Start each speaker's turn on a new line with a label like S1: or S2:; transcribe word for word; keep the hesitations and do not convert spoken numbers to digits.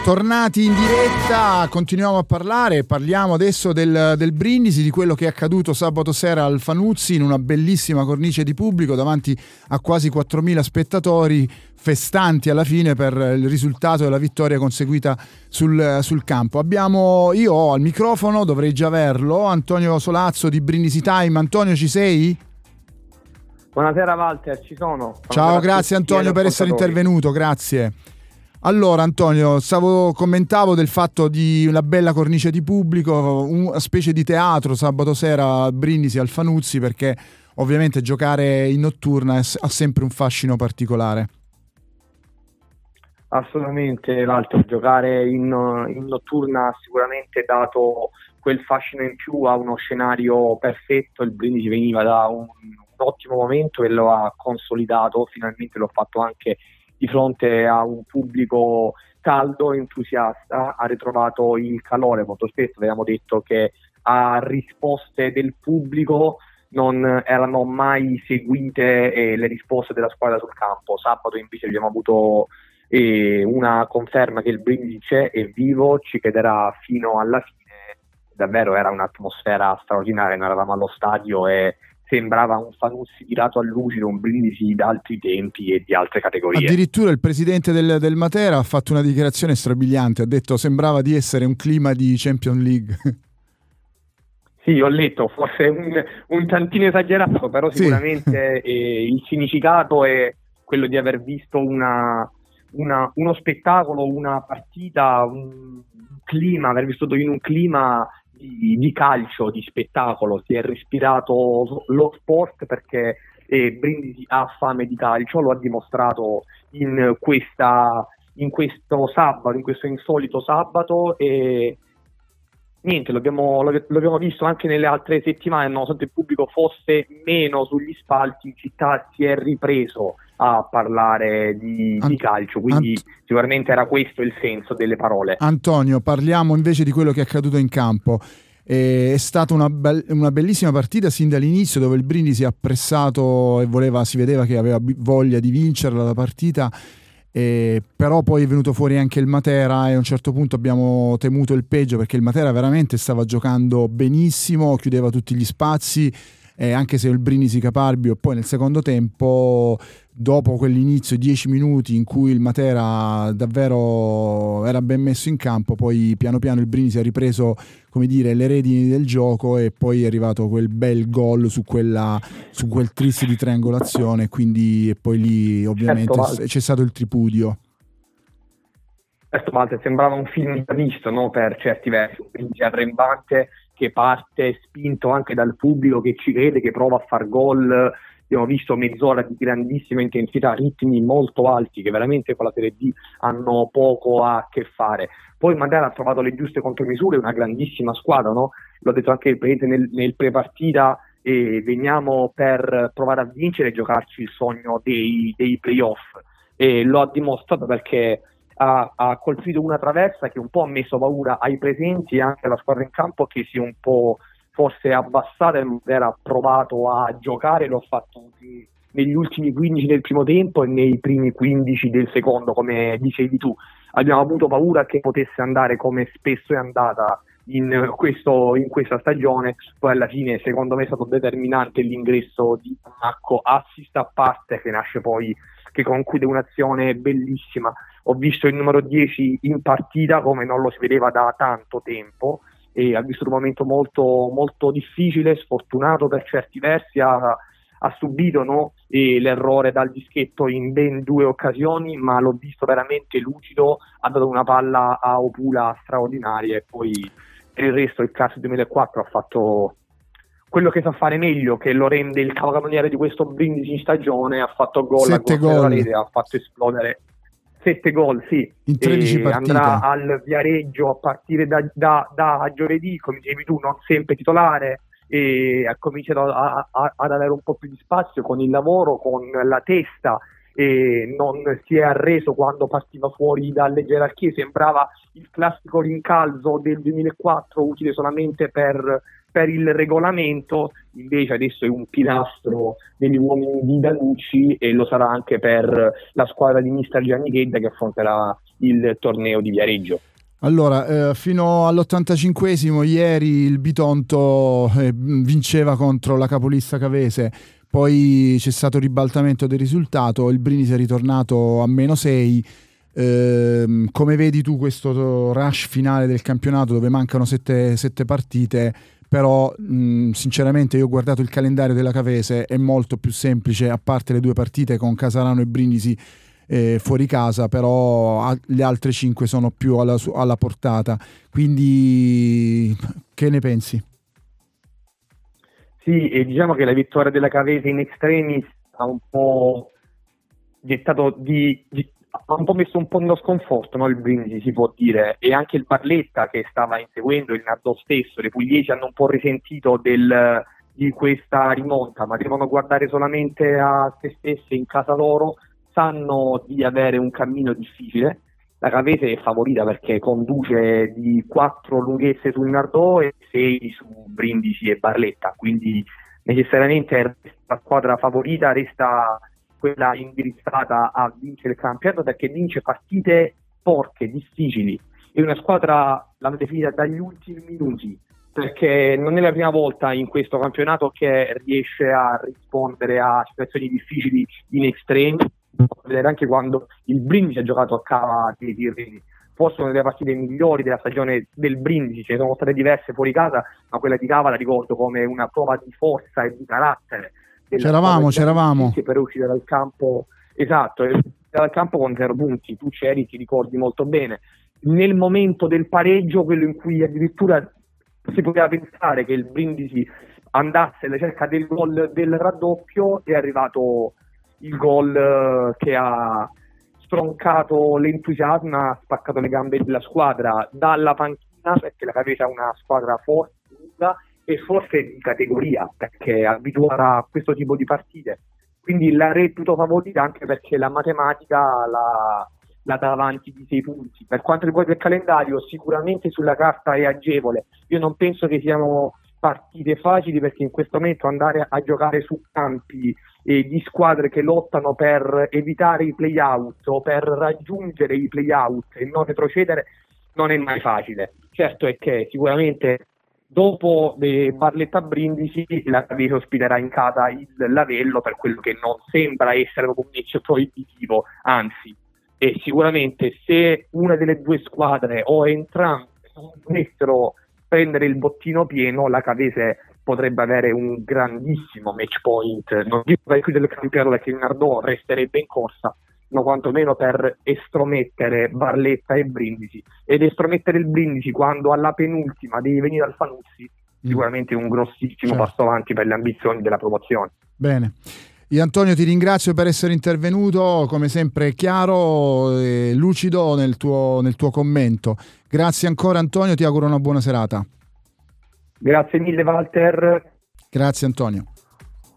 S1: Tornati in diretta, continuiamo a parlare, parliamo adesso del, del Brindisi, di quello che è accaduto sabato sera al Fanuzzi in una bellissima cornice di pubblico davanti a quasi quattromila spettatori festanti alla fine per il risultato della vittoria conseguita sul, sul campo. Abbiamo, io ho al microfono, dovrei già averlo, Antonio Solazzo di Brindisi Time. Antonio, ci sei?
S2: Buonasera Walter, ci sono.
S1: Ciao, grazie Antonio per essere intervenuto, grazie. Allora Antonio, stavo, commentavo del fatto di una bella cornice di pubblico, una specie di teatro sabato sera a Brindisi al Fanuzzi, perché ovviamente giocare in notturna ha sempre un fascino particolare.
S2: Assolutamente, Walter, giocare in, in notturna ha sicuramente dato quel fascino in più a uno scenario perfetto. Il Brindisi veniva da un, un ottimo momento e lo ha consolidato, finalmente l'ho fatto anche di fronte a un pubblico caldo, entusiasta, ha ritrovato il calore. Molto spesso abbiamo detto che a risposte del pubblico non erano mai seguite eh, le risposte della squadra sul campo. Sabato invece abbiamo avuto eh, una conferma che il Brindisi c'è, è vivo, ci crederà fino alla fine. Davvero era un'atmosfera straordinaria, noi eravamo allo stadio e sembrava un Fanuzzi tirato a lucido, un Brindisi da altri tempi e di altre categorie.
S1: Addirittura il presidente del, del Matera ha fatto una dichiarazione strabiliante, ha detto sembrava di essere un clima di Champions League.
S2: Sì, ho letto, forse un, un tantino esagerato, però sicuramente sì. eh, il significato è quello di aver visto una, una, uno spettacolo, una partita, un clima, aver vissuto in un clima Di, di calcio, di spettacolo. Si è respirato lo sport perché eh, Brindisi ha fame di calcio, lo ha dimostrato in questa in questo sabato, in questo insolito sabato, e niente, l'abbiamo, l'abbiamo visto anche nelle altre settimane, nonostante il pubblico fosse meno sugli spalti, in città si è ripreso a parlare di,
S1: Ant-
S2: di calcio, quindi
S1: Ant-
S2: sicuramente era questo il senso delle parole.
S1: Antonio, parliamo invece di quello che è accaduto in campo. Eh, è stata una, be- una bellissima partita sin dall'inizio, dove il Brindisi ha pressato e voleva, si vedeva che aveva b- voglia di vincerla la partita. Eh, però poi è venuto fuori anche il Matera e a un certo punto abbiamo temuto il peggio, perché il Matera veramente stava giocando benissimo, chiudeva tutti gli spazi, eh, anche se il Brindisi caparbio. Poi nel secondo tempo, dopo quell'inizio dieci minuti in cui il Matera davvero era ben messo in campo, poi piano piano il Brindisi ha ripreso, come dire, le redini del gioco, e poi è arrivato quel bel gol su quella su quel tris di triangolazione, quindi e poi lì ovviamente
S2: certo,
S1: c'è stato il tripudio.
S2: Certo, Walter, sembrava un film visto, no? Per certi versi, quindi arrembante, che parte spinto anche dal pubblico che ci vede, che prova a far gol. Abbiamo visto mezz'ora di grandissima intensità, ritmi molto alti che veramente con la Serie D hanno poco a che fare. Poi magari ha trovato le giuste contromisure, una grandissima squadra, no? L'ho detto anche il presidente nel, nel pre-partita, e veniamo per provare a vincere e giocarci il sogno dei, dei playoff, e lo ha dimostrato perché ha, ha colpito una traversa che un po' ha messo paura ai presenti e anche alla squadra in campo, che si è un po' forse abbassata e era provato a giocare. L'ho fatto negli ultimi quindici del primo tempo e nei primi quindici del secondo, come dicevi tu. Abbiamo avuto paura che potesse andare come spesso è andata in, questo, in questa stagione. Poi alla fine secondo me è stato determinante l'ingresso di Marco, assist a parte, che nasce poi, che conclude un'azione bellissima. Ho visto il numero dieci in partita come non lo si vedeva da tanto tempo, e ha vissuto un momento molto, molto difficile, sfortunato per certi versi. Ha, ha subito, no, e l'errore dal dischetto in ben due occasioni, ma l'ho visto veramente lucido, ha dato una palla a Opula straordinaria, e poi per il resto il classe duemilaquattro ha fatto quello che sa fare meglio, che lo rende il capocannoniere di questo Brindisi in stagione. Ha fatto gol,
S1: Sette
S2: ha
S1: gol.
S2: la rete, ha fatto esplodere sette gol, sì,
S1: in tredici
S2: e
S1: partite.
S2: Andrà al Viareggio a partire da, da, da giovedì, come dicevi tu, non sempre titolare, e ha cominciato a, a, ad avere un po' più di spazio con il lavoro, con la testa, e non si è arreso quando partiva fuori dalle gerarchie. Sembrava il classico rincalzo del duemilaquattro, utile solamente per, per il regolamento. Invece adesso è un pilastro degli uomini di Danucci, e lo sarà anche per la squadra di mister Gianni Ghedda, che affronterà il torneo di Viareggio.
S1: Allora, eh, fino all'ottantacinquesimo ieri il Bitonto eh, vinceva contro la capolista Cavese, poi c'è stato il ribaltamento del risultato, il Brindisi è ritornato a meno sei. Eh, come vedi tu questo rush finale del campionato dove mancano sette, sette partite? Però mh, sinceramente io ho guardato il calendario della Cavese, è molto più semplice, a parte le due partite con Casarano e Brindisi eh, fuori casa, però a, le altre cinque sono più alla, alla portata, quindi che ne pensi?
S2: Sì, e diciamo che la vittoria della Cavese in extremis ha un po' gettato di, di ha un po' messo un po' nello sconforto, no? Il Brindisi, si può dire, e anche il Barletta che stava inseguendo, il Nardò stesso, le pugliesi hanno un po' risentito del, di questa rimonta, ma devono guardare solamente a se stesse in casa loro, sanno di avere un cammino difficile. La Cavese è favorita perché conduce di quattro lunghezze sul Nardò e sei su Brindisi e Barletta, quindi necessariamente la squadra favorita resta quella indirizzata a vincere il campionato, perché vince partite porche, difficili. È una squadra, l'hanno definita dagli ultimi minuti, perché non è la prima volta in questo campionato che riesce a rispondere a situazioni difficili in estremi. Vedere anche quando il Brindisi ha giocato a cava dei tirreni, forse una delle partite migliori della stagione del Brindisi, ce ne sono state diverse fuori casa, ma quella di cava la ricordo come una prova di forza e di carattere.
S1: C'eravamo, c'eravamo.
S2: Per uscire dal campo, esatto, dal campo con zero punti, tu c'eri, ti ricordi molto bene. Nel momento del pareggio, quello in cui addirittura si poteva pensare che il Brindisi andasse alla ricerca del gol del raddoppio, è arrivato il gol che ha stroncato l'entusiasmo, ha spaccato le gambe della squadra dalla panchina, perché la Cavese è una squadra forte e forse di categoria, perché è abituata a questo tipo di partite, quindi la reputo favorita anche perché la matematica la, la dà avanti di sei punti. Per quanto riguarda il calendario, sicuramente sulla carta è agevole, io non penso che siano partite facili, perché in questo momento andare a giocare su campi eh, di squadre che lottano per evitare i play-out o per raggiungere i play-out e non retrocedere non è mai facile. Certo è che sicuramente dopo eh, Barletta Brindisi la Cavese ospiterà in casa il Lavello, per quello che non sembra essere proprio un match proibitivo, anzi, e sicuramente se una delle due squadre o entrambe dovessero prendere il bottino pieno, la Cavese potrebbe avere un grandissimo match point, non dico per chiudere il campionato perché il Nardò resterebbe in corsa, ma quantomeno per estromettere Barletta e Brindisi, ed estromettere il Brindisi quando alla penultima devi venire al Fanuzzi, mm. sicuramente un grossissimo certo. passo avanti per le ambizioni della promozione.
S1: Bene, io Antonio ti ringrazio per essere intervenuto, come sempre chiaro e lucido nel tuo, nel tuo commento. Grazie ancora Antonio, ti auguro una buona serata.
S2: Grazie mille Walter.
S1: Grazie Antonio.